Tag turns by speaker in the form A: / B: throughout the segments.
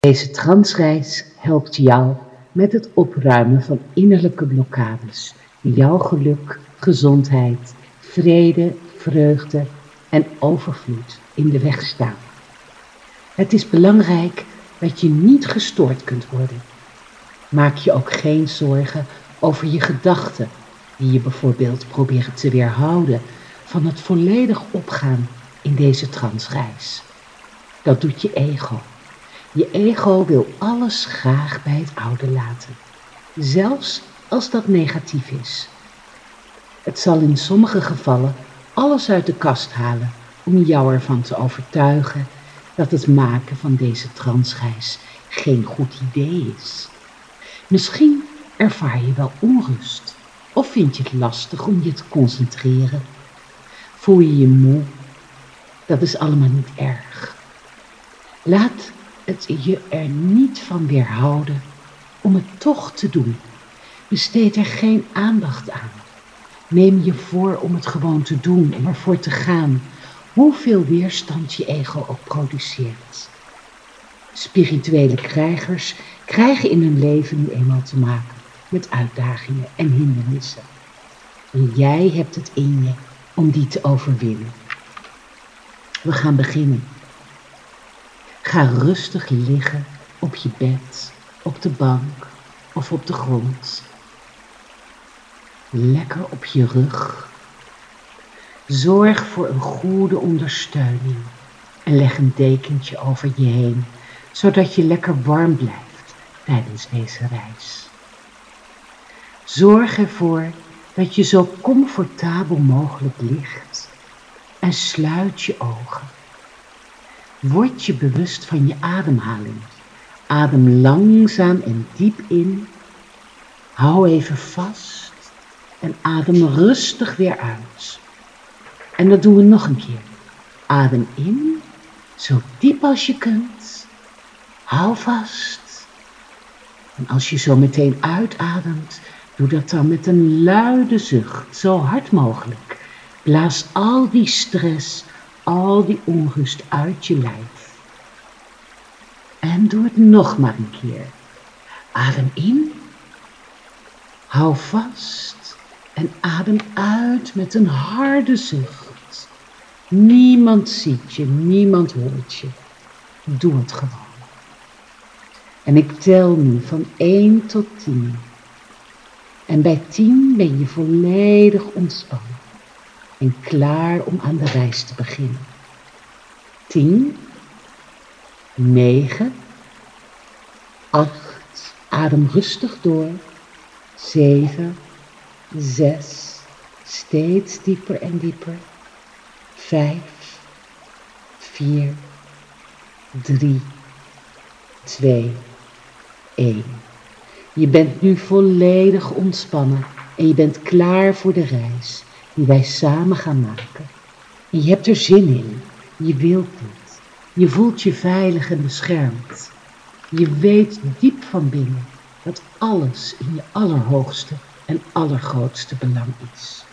A: Deze transreis helpt jou met het opruimen van innerlijke blokkades die jouw geluk, gezondheid, vrede, vreugde en overvloed in de weg staan. Het is belangrijk dat je niet gestoord kunt worden. Maak je ook geen zorgen over je gedachten, die je bijvoorbeeld proberen te weerhouden van het volledig opgaan in deze transreis. Dat doet je ego. Je ego wil alles graag bij het oude laten, zelfs als dat negatief is. Het zal in sommige gevallen alles uit de kast halen om jou ervan te overtuigen dat het maken van deze transreis geen goed idee is. Misschien ervaar je wel onrust of vind je het lastig om je te concentreren. Voel je je moe? Dat is allemaal niet erg. Laat het je er niet van weerhouden om het toch te doen. Besteed er geen aandacht aan. Neem je voor om het gewoon te doen, om ervoor te gaan, hoeveel weerstand je ego ook produceert. Spirituele krijgers krijgen in hun leven nu eenmaal te maken met uitdagingen en hindernissen. En jij hebt het in je om die te overwinnen. We gaan beginnen. Ga rustig liggen op je bed, op de bank of op de grond. Lekker op je rug. Zorg voor een goede ondersteuning en leg een dekentje over je heen, zodat je lekker warm blijft tijdens deze reis. Zorg ervoor dat je zo comfortabel mogelijk ligt en sluit je ogen. Word je bewust van je ademhaling. Adem langzaam en diep in. Hou even vast en adem rustig weer uit. En dat doen we nog een keer. Adem in, zo diep als je kunt. Hou vast. En als je zo meteen uitademt, doe dat dan met een luide zucht, zo hard mogelijk. Blaas al die stress, al die onrust uit je lijf. En doe het nog maar een keer. Adem in. Hou vast en adem uit met een harde zucht. Niemand ziet je, niemand hoort je. Doe het gewoon. En ik tel nu van 1 tot 10. En bij 10 ben je volledig ontspannen en klaar om aan de reis te beginnen. 10, 9, 8, adem rustig door. 7, 6, steeds dieper en dieper. 5, 4, 3, 2, 1. Je bent nu volledig ontspannen en je bent klaar voor de reis die wij samen gaan maken. En je hebt er zin in. Je wilt het. Je voelt je veilig en beschermd. Je weet diep van binnen dat alles in je allerhoogste en allergrootste belang is.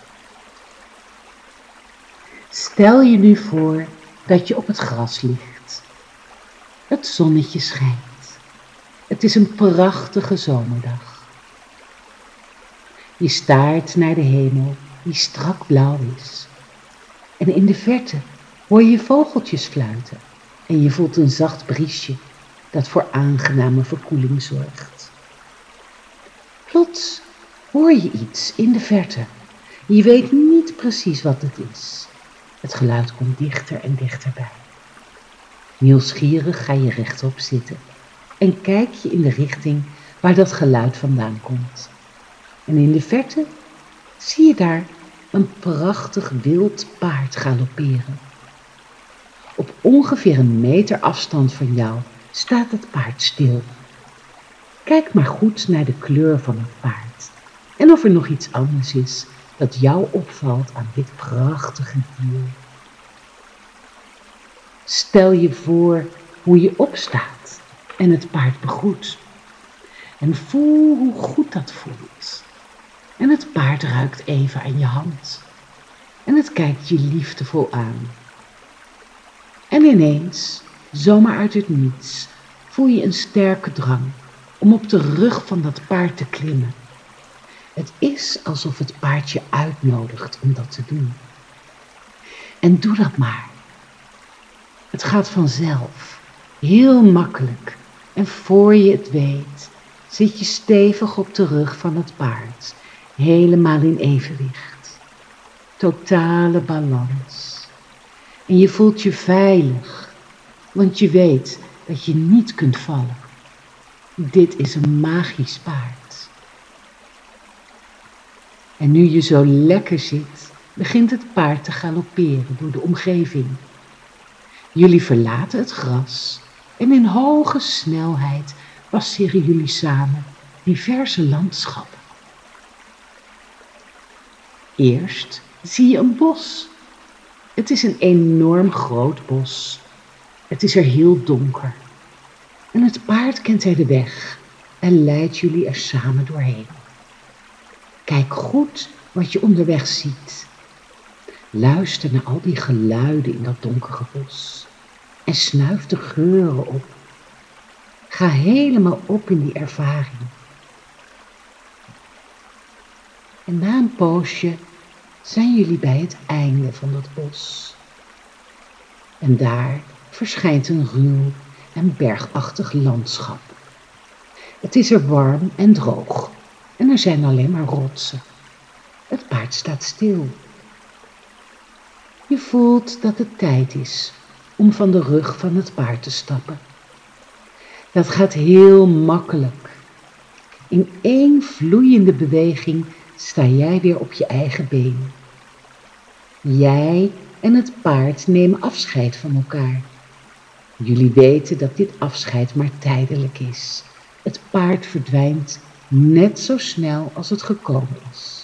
A: Stel je nu voor dat je op het gras ligt. Het zonnetje schijnt. Het is een prachtige zomerdag. Je staart naar de hemel die strak blauw is. En in de verte hoor je vogeltjes fluiten en je voelt een zacht briesje dat voor aangename verkoeling zorgt. Plots hoor je iets in de verte. Je weet niet precies wat het is. Het geluid komt dichter en dichterbij. Nieuwsgierig ga je rechtop zitten en kijk je in de richting waar dat geluid vandaan komt. En in de verte zie je daar een prachtig wild paard galopperen. Op ongeveer 1 meter afstand van jou staat het paard stil. Kijk maar goed naar de kleur van het paard en of er nog iets anders is dat jou opvalt aan dit prachtige dier. Stel je voor hoe je opstaat en het paard begroet. En voel hoe goed dat voelt. En het paard ruikt even aan je hand. En het kijkt je liefdevol aan. En ineens, zomaar uit het niets, voel je een sterke drang om op de rug van dat paard te klimmen. Het is alsof het paard je uitnodigt om dat te doen. En doe dat maar. Het gaat vanzelf, heel makkelijk. En voor je het weet, zit je stevig op de rug van het paard, helemaal in evenwicht. Totale balans. En je voelt je veilig, want je weet dat je niet kunt vallen. Dit is een magisch paard. En nu je zo lekker zit, begint het paard te galopperen door de omgeving. Jullie verlaten het gras en in hoge snelheid passeren jullie samen diverse landschappen. Eerst zie je een bos. Het is een enorm groot bos. Het is er heel donker. En het paard kent er de weg en leidt jullie er samen doorheen. Kijk goed wat je onderweg ziet. Luister naar al die geluiden in dat donkere bos en snuif de geuren op. Ga helemaal op in die ervaring. En na een poosje zijn jullie bij het einde van dat bos. En daar verschijnt een ruw en bergachtig landschap. Het is er warm en droog en er zijn alleen maar rotsen. Het paard staat stil. Je voelt dat het tijd is om van de rug van het paard te stappen. Dat gaat heel makkelijk. In één vloeiende beweging sta jij weer op je eigen benen. Jij en het paard nemen afscheid van elkaar. Jullie weten dat dit afscheid maar tijdelijk is. Het paard verdwijnt net zo snel als het gekomen is.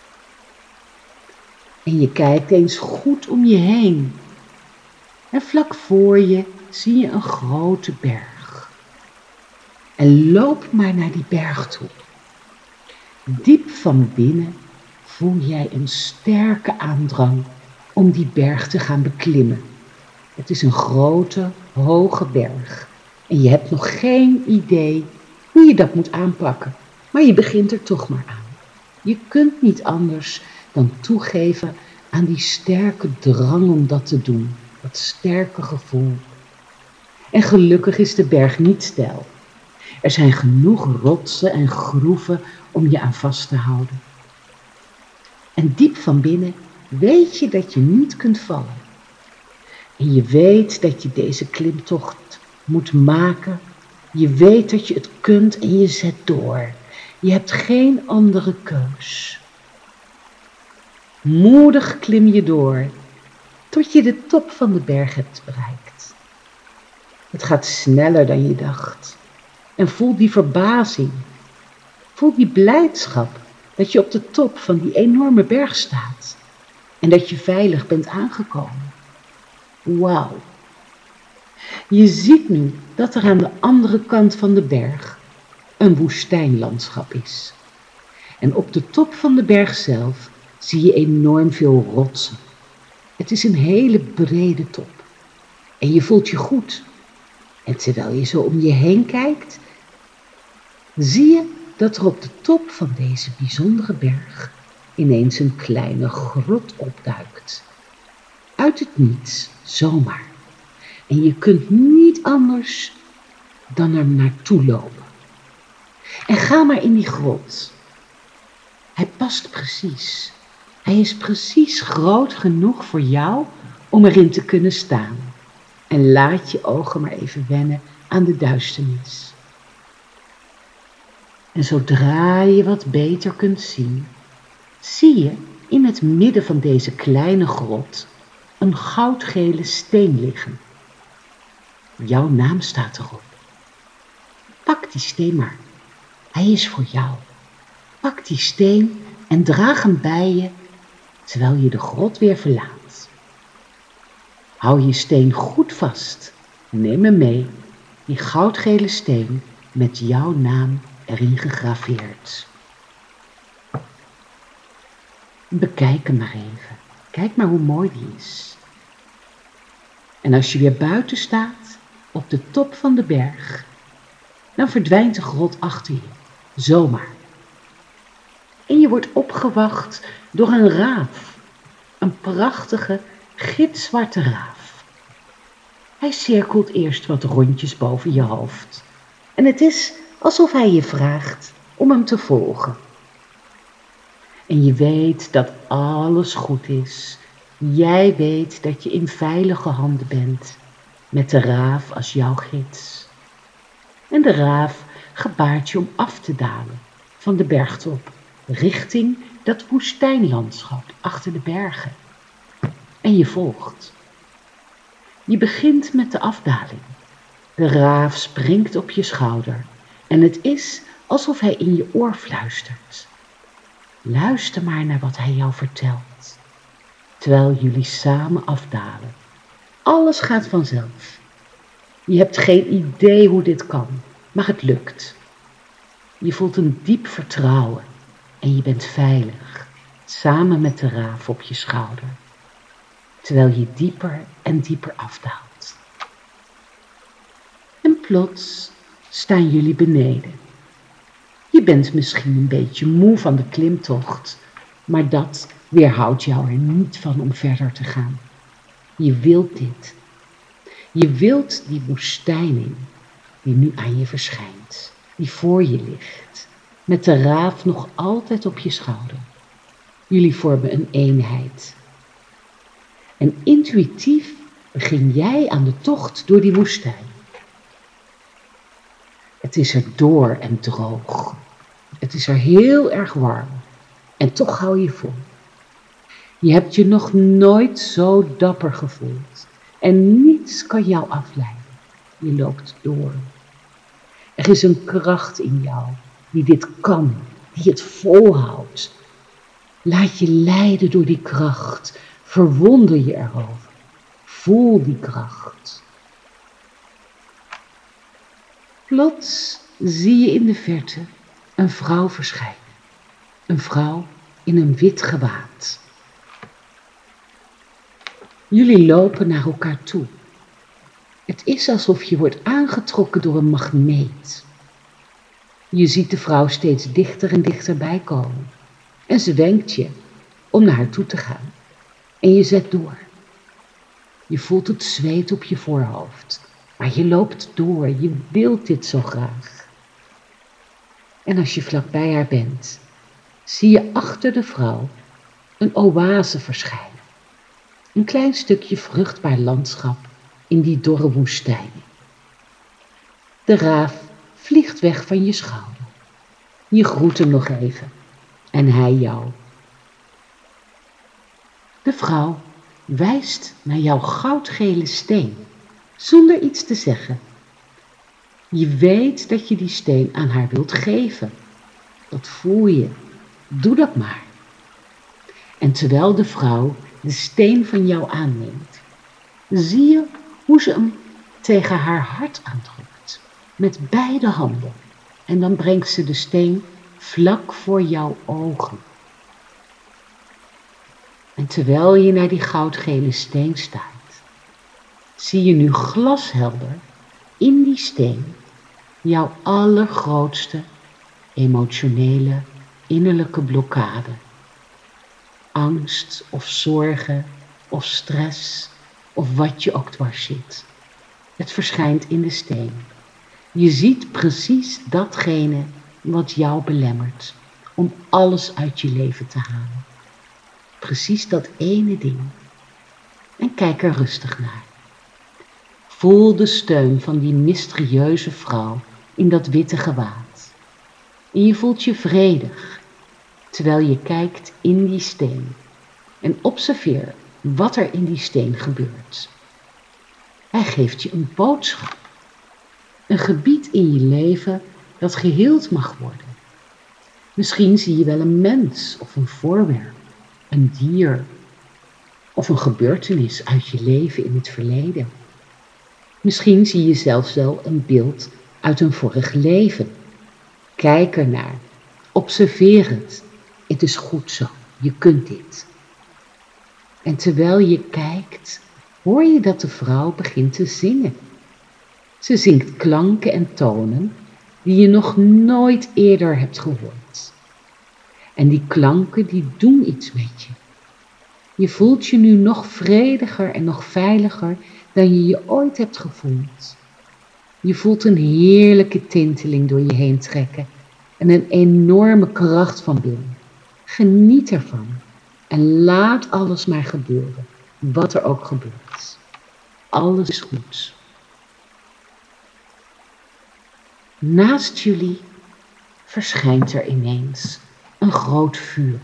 A: En je kijkt eens goed om je heen. En vlak voor je zie je een grote berg. En loop maar naar die berg toe. Diep van binnen voel jij een sterke aandrang om die berg te gaan beklimmen. Het is een grote, hoge berg. En je hebt nog geen idee hoe je dat moet aanpakken. Maar je begint er toch maar aan. Je kunt niet anders dan toegeven aan die sterke drang om dat te doen. Dat sterke gevoel. En gelukkig is de berg niet steil. Er zijn genoeg rotsen en groeven om je aan vast te houden. En diep van binnen weet je dat je niet kunt vallen. En je weet dat je deze klimtocht moet maken. Je weet dat je het kunt en je zet door. Je hebt geen andere keus. Moedig klim je door tot je de top van de berg hebt bereikt. Het gaat sneller dan je dacht. En voel die verbazing. Voel die blijdschap dat je op de top van die enorme berg staat. En dat je veilig bent aangekomen. Wauw. Je ziet nu dat er aan de andere kant van de berg een woestijnlandschap is. En op de top van de berg zelf zie je enorm veel rotsen. Het is een hele brede top. En je voelt je goed. En terwijl je zo om je heen kijkt, zie je dat er op de top van deze bijzondere berg ineens een kleine grot opduikt. Uit het niets, zomaar. En je kunt niet anders dan er naartoe lopen. En ga maar in die grot. Hij past precies. Hij is precies groot genoeg voor jou om erin te kunnen staan. En laat je ogen maar even wennen aan de duisternis. En zodra je wat beter kunt zien, zie je in het midden van deze kleine grot een goudgele steen liggen. Jouw naam staat erop. Pak die steen maar. Hij is voor jou. Pak die steen en draag hem bij je terwijl je de grot weer verlaat. Hou je steen goed vast. Neem hem mee. Die goudgele steen met jouw naam erin gegraveerd. Bekijk hem maar even. Kijk maar hoe mooi die is. En als je weer buiten staat, op de top van de berg, dan verdwijnt de grot achter je, zomaar. En je wordt opgewacht door een raaf, een prachtige, gitzwarte raaf. Hij cirkelt eerst wat rondjes boven je hoofd en het is alsof hij je vraagt om hem te volgen. En je weet dat alles goed is. Jij weet dat je in veilige handen bent, met de raaf als jouw gids. En de raaf gebaart je om af te dalen van de bergtop, richting dat woestijnlandschap achter de bergen. En je volgt. Je begint met de afdaling. De raaf springt op je schouder en het is alsof hij in je oor fluistert. Luister maar naar wat hij jou vertelt, terwijl jullie samen afdalen. Alles gaat vanzelf. Je hebt geen idee hoe dit kan, maar het lukt. Je voelt een diep vertrouwen en je bent veilig, samen met de raaf op je schouder, terwijl je dieper en dieper afdaalt. En plots staan jullie beneden. Je bent misschien een beetje moe van de klimtocht, maar dat weerhoudt jou er niet van om verder te gaan. Je wilt dit. Je wilt die woestijn in, die nu aan je verschijnt, die voor je ligt, met de raaf nog altijd op je schouder. Jullie vormen een eenheid. En intuïtief begin jij aan de tocht door die woestijn. Het is er door en droog. Het is er heel erg warm. En toch hou je vol. Je hebt je nog nooit zo dapper gevoeld. En niets kan jou afleiden. Je loopt door. Er is een kracht in jou die dit kan, die het volhoudt. Laat je leiden door die kracht. Verwonder je erover. Voel die kracht. Plots zie je in de verte een vrouw verschijnen. Een vrouw in een wit gewaad. Jullie lopen naar elkaar toe. Het is alsof je wordt aangetrokken door een magneet. Je ziet de vrouw steeds dichter en dichterbij komen. En ze wenkt je om naar haar toe te gaan. En je zet door. Je voelt het zweet op je voorhoofd. Maar je loopt door. Je wilt dit zo graag. En als je vlakbij haar bent, zie je achter de vrouw een oase verschijnen. Een klein stukje vruchtbaar landschap in die dorre woestijn. De raaf vliegt weg van je schouder. Je groet hem nog even en hij jou. De vrouw wijst naar jouw goudgele steen, zonder iets te zeggen. Je weet dat je die steen aan haar wilt geven. Dat voel je. Doe dat maar. En terwijl de vrouw de steen van jou aanneemt, zie je hoe ze hem tegen haar hart aandrukt, met beide handen. En dan brengt ze de steen vlak voor jouw ogen. En terwijl je naar die goudgele steen staart, zie je nu glashelder in die steen jouw allergrootste emotionele innerlijke blokkade. Angst of zorgen of stress of wat je ook dwars zit. Het verschijnt in de steen. Je ziet precies datgene wat jou belemmert om alles uit je leven te halen. Precies dat ene ding. En kijk er rustig naar. Voel de steun van die mysterieuze vrouw in dat witte gewaad. En je voelt je vredig, terwijl je kijkt in die steen. En observeer wat er in die steen gebeurt. Hij geeft je een boodschap. Een gebied in je leven dat geheeld mag worden. Misschien zie je wel een mens of een voorwerp, een dier of een gebeurtenis uit je leven in het verleden. Misschien zie je zelfs wel een beeld uit een vorig leven. Kijk ernaar, observeer het. Het is goed zo, je kunt dit. En terwijl je kijkt, hoor je dat de vrouw begint te zingen. Ze zingt klanken en tonen die je nog nooit eerder hebt gehoord. En die klanken die doen iets met je. Je voelt je nu nog vrediger en nog veiliger dan je je ooit hebt gevoeld. Je voelt een heerlijke tinteling door je heen trekken en een enorme kracht van binnen. Geniet ervan en laat alles maar gebeuren, wat er ook gebeurt. Alles is goed. Naast jullie verschijnt er ineens een groot vuur.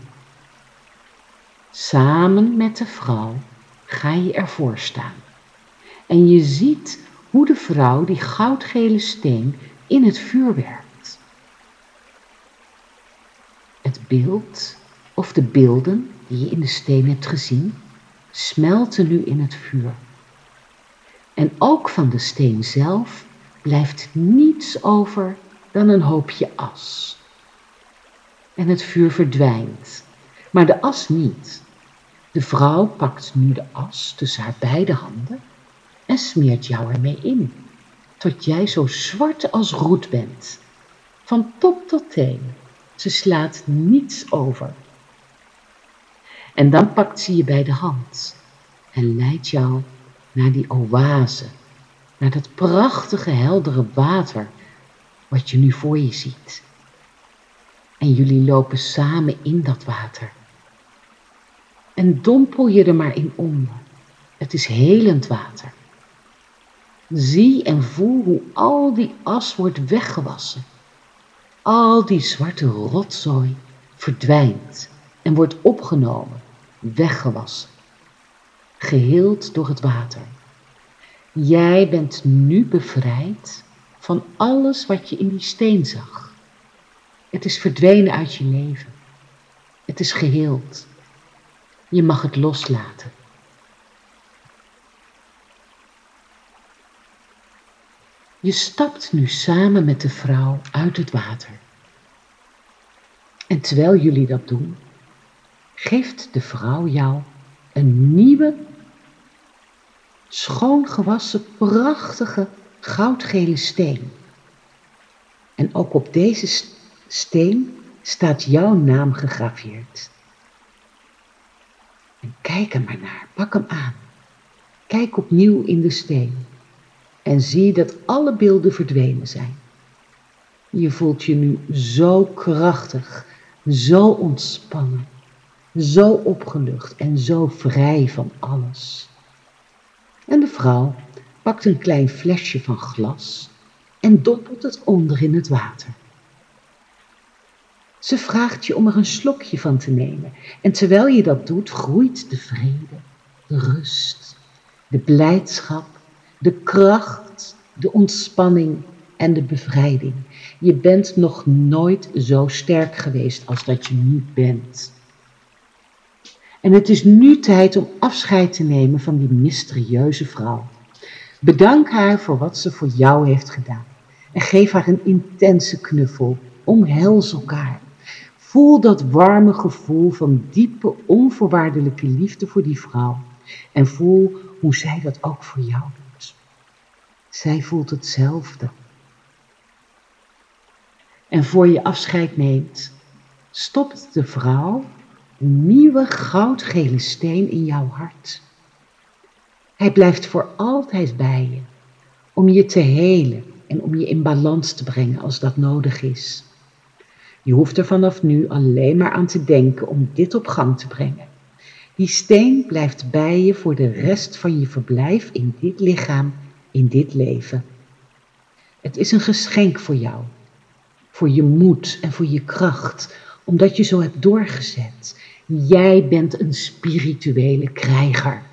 A: Samen met de vrouw ga je ervoor staan. En je ziet hoe de vrouw die goudgele steen in het vuur werkt. Het beeld of de beelden die je in de steen hebt gezien, smelten nu in het vuur. En ook van de steen zelf blijft niets over dan een hoopje as. En het vuur verdwijnt, maar de as niet. De vrouw pakt nu de as tussen haar beide handen en smeert jou ermee in, tot jij zo zwart als roet bent. Van top tot teen, ze slaat niets over. En dan pakt ze je bij de hand en leidt jou naar die oase, naar dat prachtige heldere water wat je nu voor je ziet. En jullie lopen samen in dat water. En dompel je er maar in onder. Het is helend water. Zie en voel hoe al die as wordt weggewassen. Al die zwarte rotzooi verdwijnt en wordt opgenomen, weggewassen. Geheeld door het water. Jij bent nu bevrijd van alles wat je in die steen zag. Het is verdwenen uit je leven. Het is geheeld. Je mag het loslaten. Je stapt nu samen met de vrouw uit het water. En terwijl jullie dat doen, geeft de vrouw jou een nieuwe, schoongewassen, prachtige goudgele steen. En ook op deze steen staat jouw naam gegraveerd. En kijk er maar naar, pak hem aan. Kijk opnieuw in de steen. En zie dat alle beelden verdwenen zijn. Je voelt je nu zo krachtig, zo ontspannen, zo opgelucht en zo vrij van alles. En de vrouw pakt een klein flesje van glas en dompelt het onder in het water. Ze vraagt je om er een slokje van te nemen. En terwijl je dat doet, groeit de vrede, de rust, de blijdschap, de kracht, de ontspanning en de bevrijding. Je bent nog nooit zo sterk geweest als dat je nu bent. En het is nu tijd om afscheid te nemen van die mysterieuze vrouw. Bedank haar voor wat ze voor jou heeft gedaan. En geef haar een intense knuffel. Omhels elkaar. Voel dat warme gevoel van diepe, onvoorwaardelijke liefde voor die vrouw. En voel hoe zij dat ook voor jou doet. Zij voelt hetzelfde. En voor je afscheid neemt, stopt de vrouw een nieuwe goudgele steen in jouw hart. Hij blijft voor altijd bij je, om je te helen en om je in balans te brengen als dat nodig is. Je hoeft er vanaf nu alleen maar aan te denken om dit op gang te brengen. Die steen blijft bij je voor de rest van je verblijf in dit lichaam, in dit leven. Het is een geschenk voor jou, voor je moed en voor je kracht, omdat je zo hebt doorgezet. Jij bent een spirituele krijger.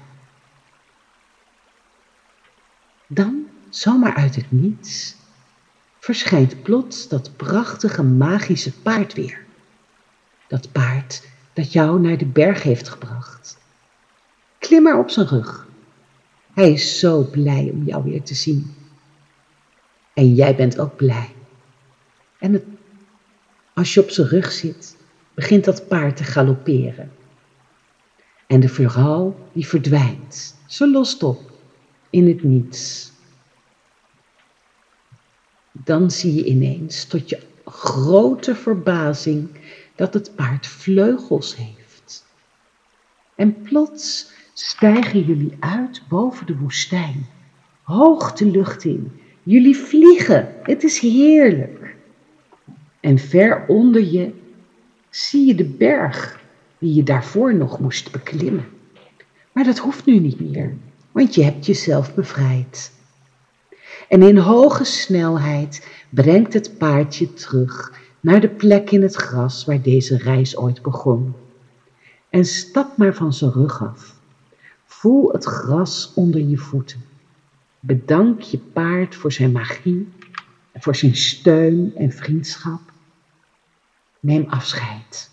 A: Dan, zomaar uit het niets, verschijnt plots dat prachtige magische paard weer. Dat paard dat jou naar de berg heeft gebracht. Klim maar op zijn rug. Hij is zo blij om jou weer te zien. En jij bent ook blij. En als je op zijn rug zit, begint dat paard te galopperen. En de vrouw die verdwijnt. Ze lost op in het niets. Dan zie je ineens tot je grote verbazing dat het paard vleugels heeft. En plots stijgen jullie uit boven de woestijn, hoog de lucht in. Jullie vliegen, het is heerlijk. En ver onder je zie je de berg die je daarvoor nog moest beklimmen. Maar dat hoeft nu niet meer, want je hebt jezelf bevrijd. En in hoge snelheid brengt het paard je terug naar de plek in het gras waar deze reis ooit begon. En stap maar van zijn rug af. Voel het gras onder je voeten. Bedank je paard voor zijn magie, voor zijn steun en vriendschap. Neem afscheid.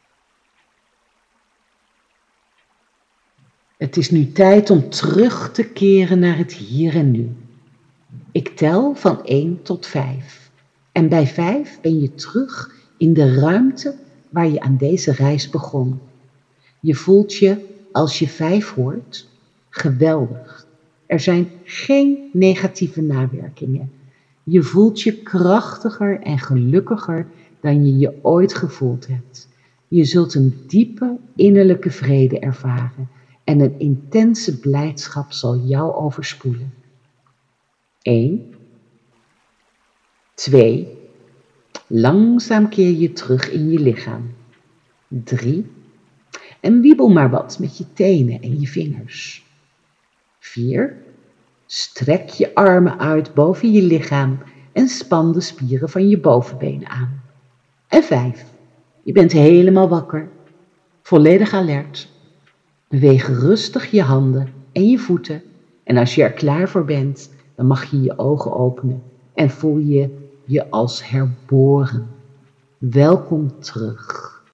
A: Het is nu tijd om terug te keren naar het hier en nu. Ik tel van 1 tot 5. En bij 5 ben je terug in de ruimte waar je aan deze reis begon. Je voelt je, als je 5 hoort, geweldig. Er zijn geen negatieve nawerkingen. Je voelt je krachtiger en gelukkiger dan je je ooit gevoeld hebt. Je zult een diepe innerlijke vrede ervaren en een intense blijdschap zal jou overspoelen. 1, 2, langzaam keer je terug in je lichaam. 3, en wiebel maar wat met je tenen en je vingers. 4, strek je armen uit boven je lichaam en span de spieren van je bovenbenen aan. En 5, je bent helemaal wakker, volledig alert. Beweeg rustig je handen en je voeten en als je er klaar voor bent, dan mag je je ogen openen en voel je je als herboren. Welkom terug.